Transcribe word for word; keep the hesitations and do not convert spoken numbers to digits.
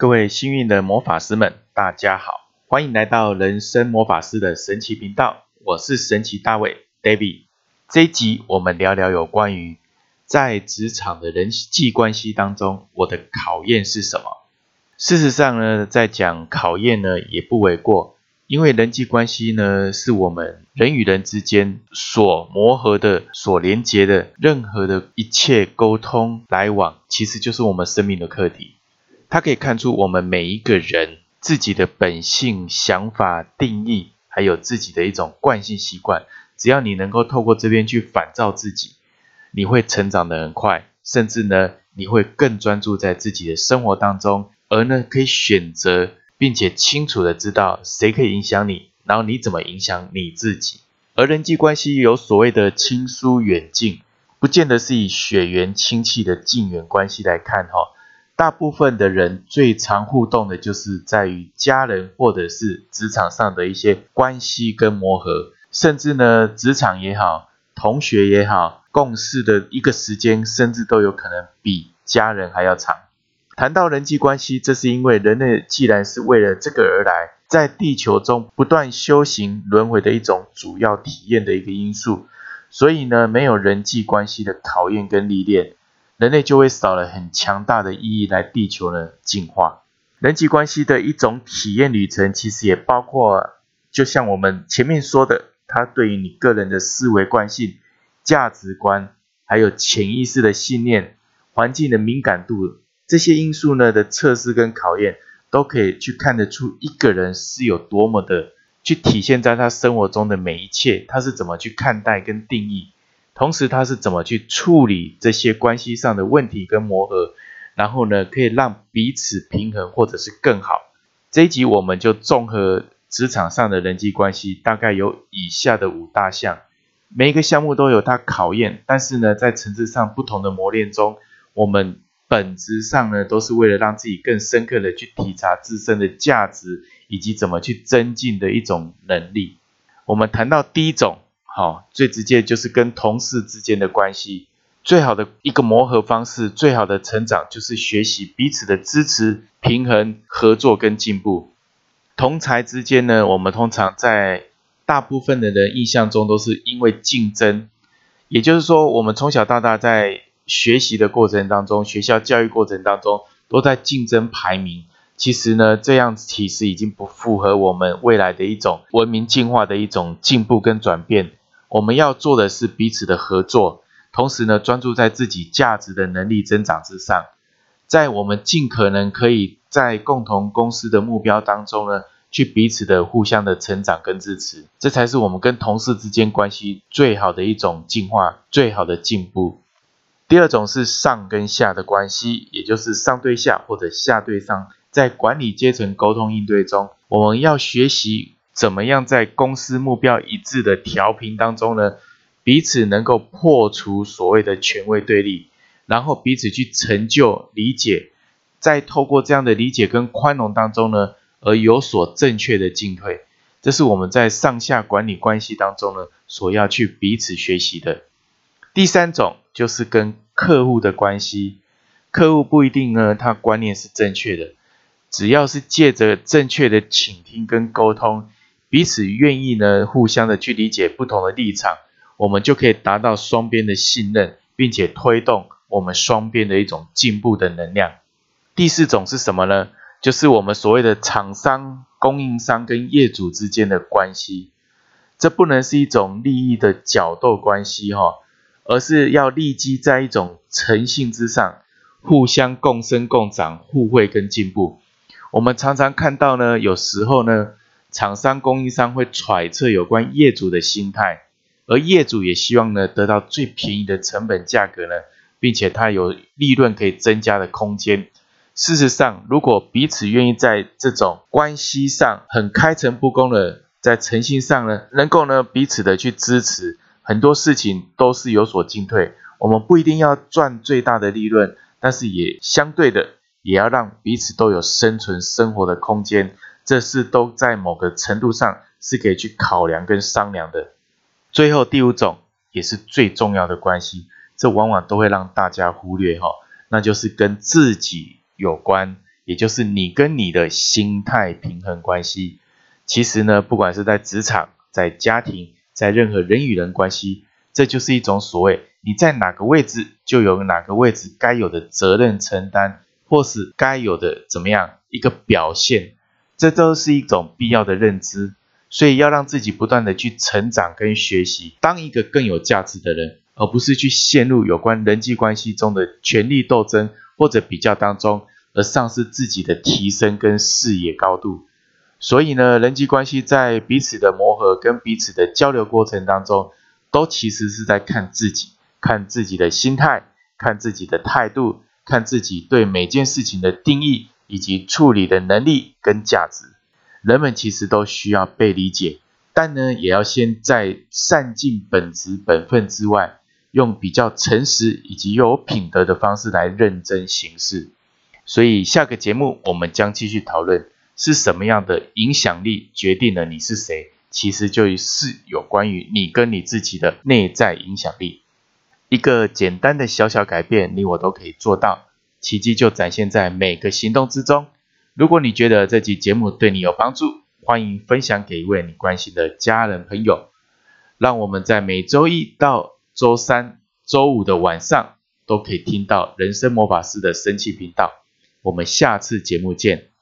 各位幸运的魔法师们，大家好，欢迎来到人生魔法师的神奇频道，我是神奇大卫 David。这一集我们聊聊有关于在职场的人际关系当中，我的考验是什么？事实上呢，在讲考验呢也不为过，因为人际关系呢是我们人与人之间所磨合的、所连结的任何的一切沟通来往，其实就是我们生命的课题。它可以看出我们每一个人自己的本性、想法、定义，还有自己的一种惯性习惯。只要你能够透过这边去反照自己，你会成长得很快，甚至呢，你会更专注在自己的生活当中，而呢，可以选择并且清楚的知道谁可以影响你，然后你怎么影响你自己。而人际关系有所谓的亲疏远近，不见得是以血缘亲戚的近远关系来看哈。大部分的人最常互动的就是在于家人或者是职场上的一些关系跟磨合，甚至呢职场也好，同学也好，共事的一个时间甚至都有可能比家人还要长。谈到人际关系，这是因为人类既然是为了这个而来，在地球中不断修行轮回的一种主要体验的一个因素，所以呢没有人际关系的考验跟历练，人类就会少了很强大的意义来地球呢进化。人际关系的一种体验旅程，其实也包括就像我们前面说的，它对于你个人的思维惯性、价值观，还有潜意识的信念、环境的敏感度，这些因素呢的测试跟考验，都可以去看得出一个人是有多么的去体现在他生活中的每一切，他是怎么去看待跟定义，同时他是怎么去处理这些关系上的问题跟磨合，然后呢可以让彼此平衡或者是更好。这一集我们就综合职场上的人际关系，大概有以下的五大项，每一个项目都有它考验，但是呢在层次上不同的磨练中，我们本质上呢都是为了让自己更深刻的去体察自身的价值，以及怎么去增进的一种能力。我们谈到第一种，好，最直接就是跟同事之间的关系，最好的一个磨合方式，最好的成长就是学习彼此的支持、平衡、合作跟进步。同才之间呢，我们通常在大部分的人印象中都是因为竞争，也就是说我们从小到大在学习的过程当中，学校教育过程当中都在竞争排名。其实呢，这样其实已经不符合我们未来的一种文明进化的一种进步跟转变。我们要做的是彼此的合作，同时呢，专注在自己价值的能力增长之上。在我们尽可能可以在共同公司的目标当中呢，去彼此的互相的成长跟支持，这才是我们跟同事之间关系最好的一种进化，最好的进步。第二种是上跟下的关系，也就是上对下或者下对上。在管理阶层沟通应对中，我们要学习怎么样在公司目标一致的调频当中呢，彼此能够破除所谓的权威对立，然后彼此去成就理解，在透过这样的理解跟宽容当中呢，而有所正确的进退。这是我们在上下管理关系当中呢，所要去彼此学习的。第三种就是跟客户的关系，客户不一定呢，他观念是正确的，只要是借着正确的倾听跟沟通，彼此愿意呢互相的去理解不同的立场，我们就可以达到双边的信任，并且推动我们双边的一种进步的能量。第四种是什么呢？就是我们所谓的厂商、供应商跟业主之间的关系。这不能是一种利益的角斗关系哈，而是要立基在一种诚信之上，互相共生共长，互惠跟进步。我们常常看到呢，有时候呢，厂商、供应商会揣测有关业主的心态，而业主也希望呢得到最便宜的成本价格呢，并且他有利润可以增加的空间。事实上，如果彼此愿意在这种关系上很开诚布公的，在诚信上呢，能够呢彼此的去支持，很多事情都是有所进退。我们不一定要赚最大的利润，但是也相对的也要让彼此都有生存生活的空间，这是都在某个程度上是可以去考量跟商量的。最后第五种也是最重要的关系，这往往都会让大家忽略，那就是跟自己有关， 也就是你跟你的心态平衡关系。其实呢，不管是在职场、在家庭、在任何人与人关系，这就是一种所谓你在哪个位置就有哪个位置该有的责任承担，或是该有的怎么样一个表现，这都是一种必要的认知。所以要让自己不断的去成长跟学习，当一个更有价值的人，而不是去陷入有关人际关系中的权力斗争或者比较当中，而丧失自己的提升跟视野高度。所以呢，人际关系在彼此的磨合跟彼此的交流过程当中，都其实是在看自己，看自己的心态，看自己的态度，看自己对每件事情的定义，以及处理的能力跟价值。人们其实都需要被理解，但呢，也要先在善尽本职本分之外，用比较诚实以及又有品德的方式来认真行事。所以下个节目我们将继续讨论是什么样的影响力决定了你是谁，其实就是有关于你跟你自己的内在影响力。一个简单的小小改变，你我都可以做到，奇迹就展现在每个行动之中。如果你觉得这期节目对你有帮助，欢迎分享给一位你关心的家人朋友。让我们在每周一到周三、周五的晚上都可以听到人生魔法师的神奇频道。我们下次节目见。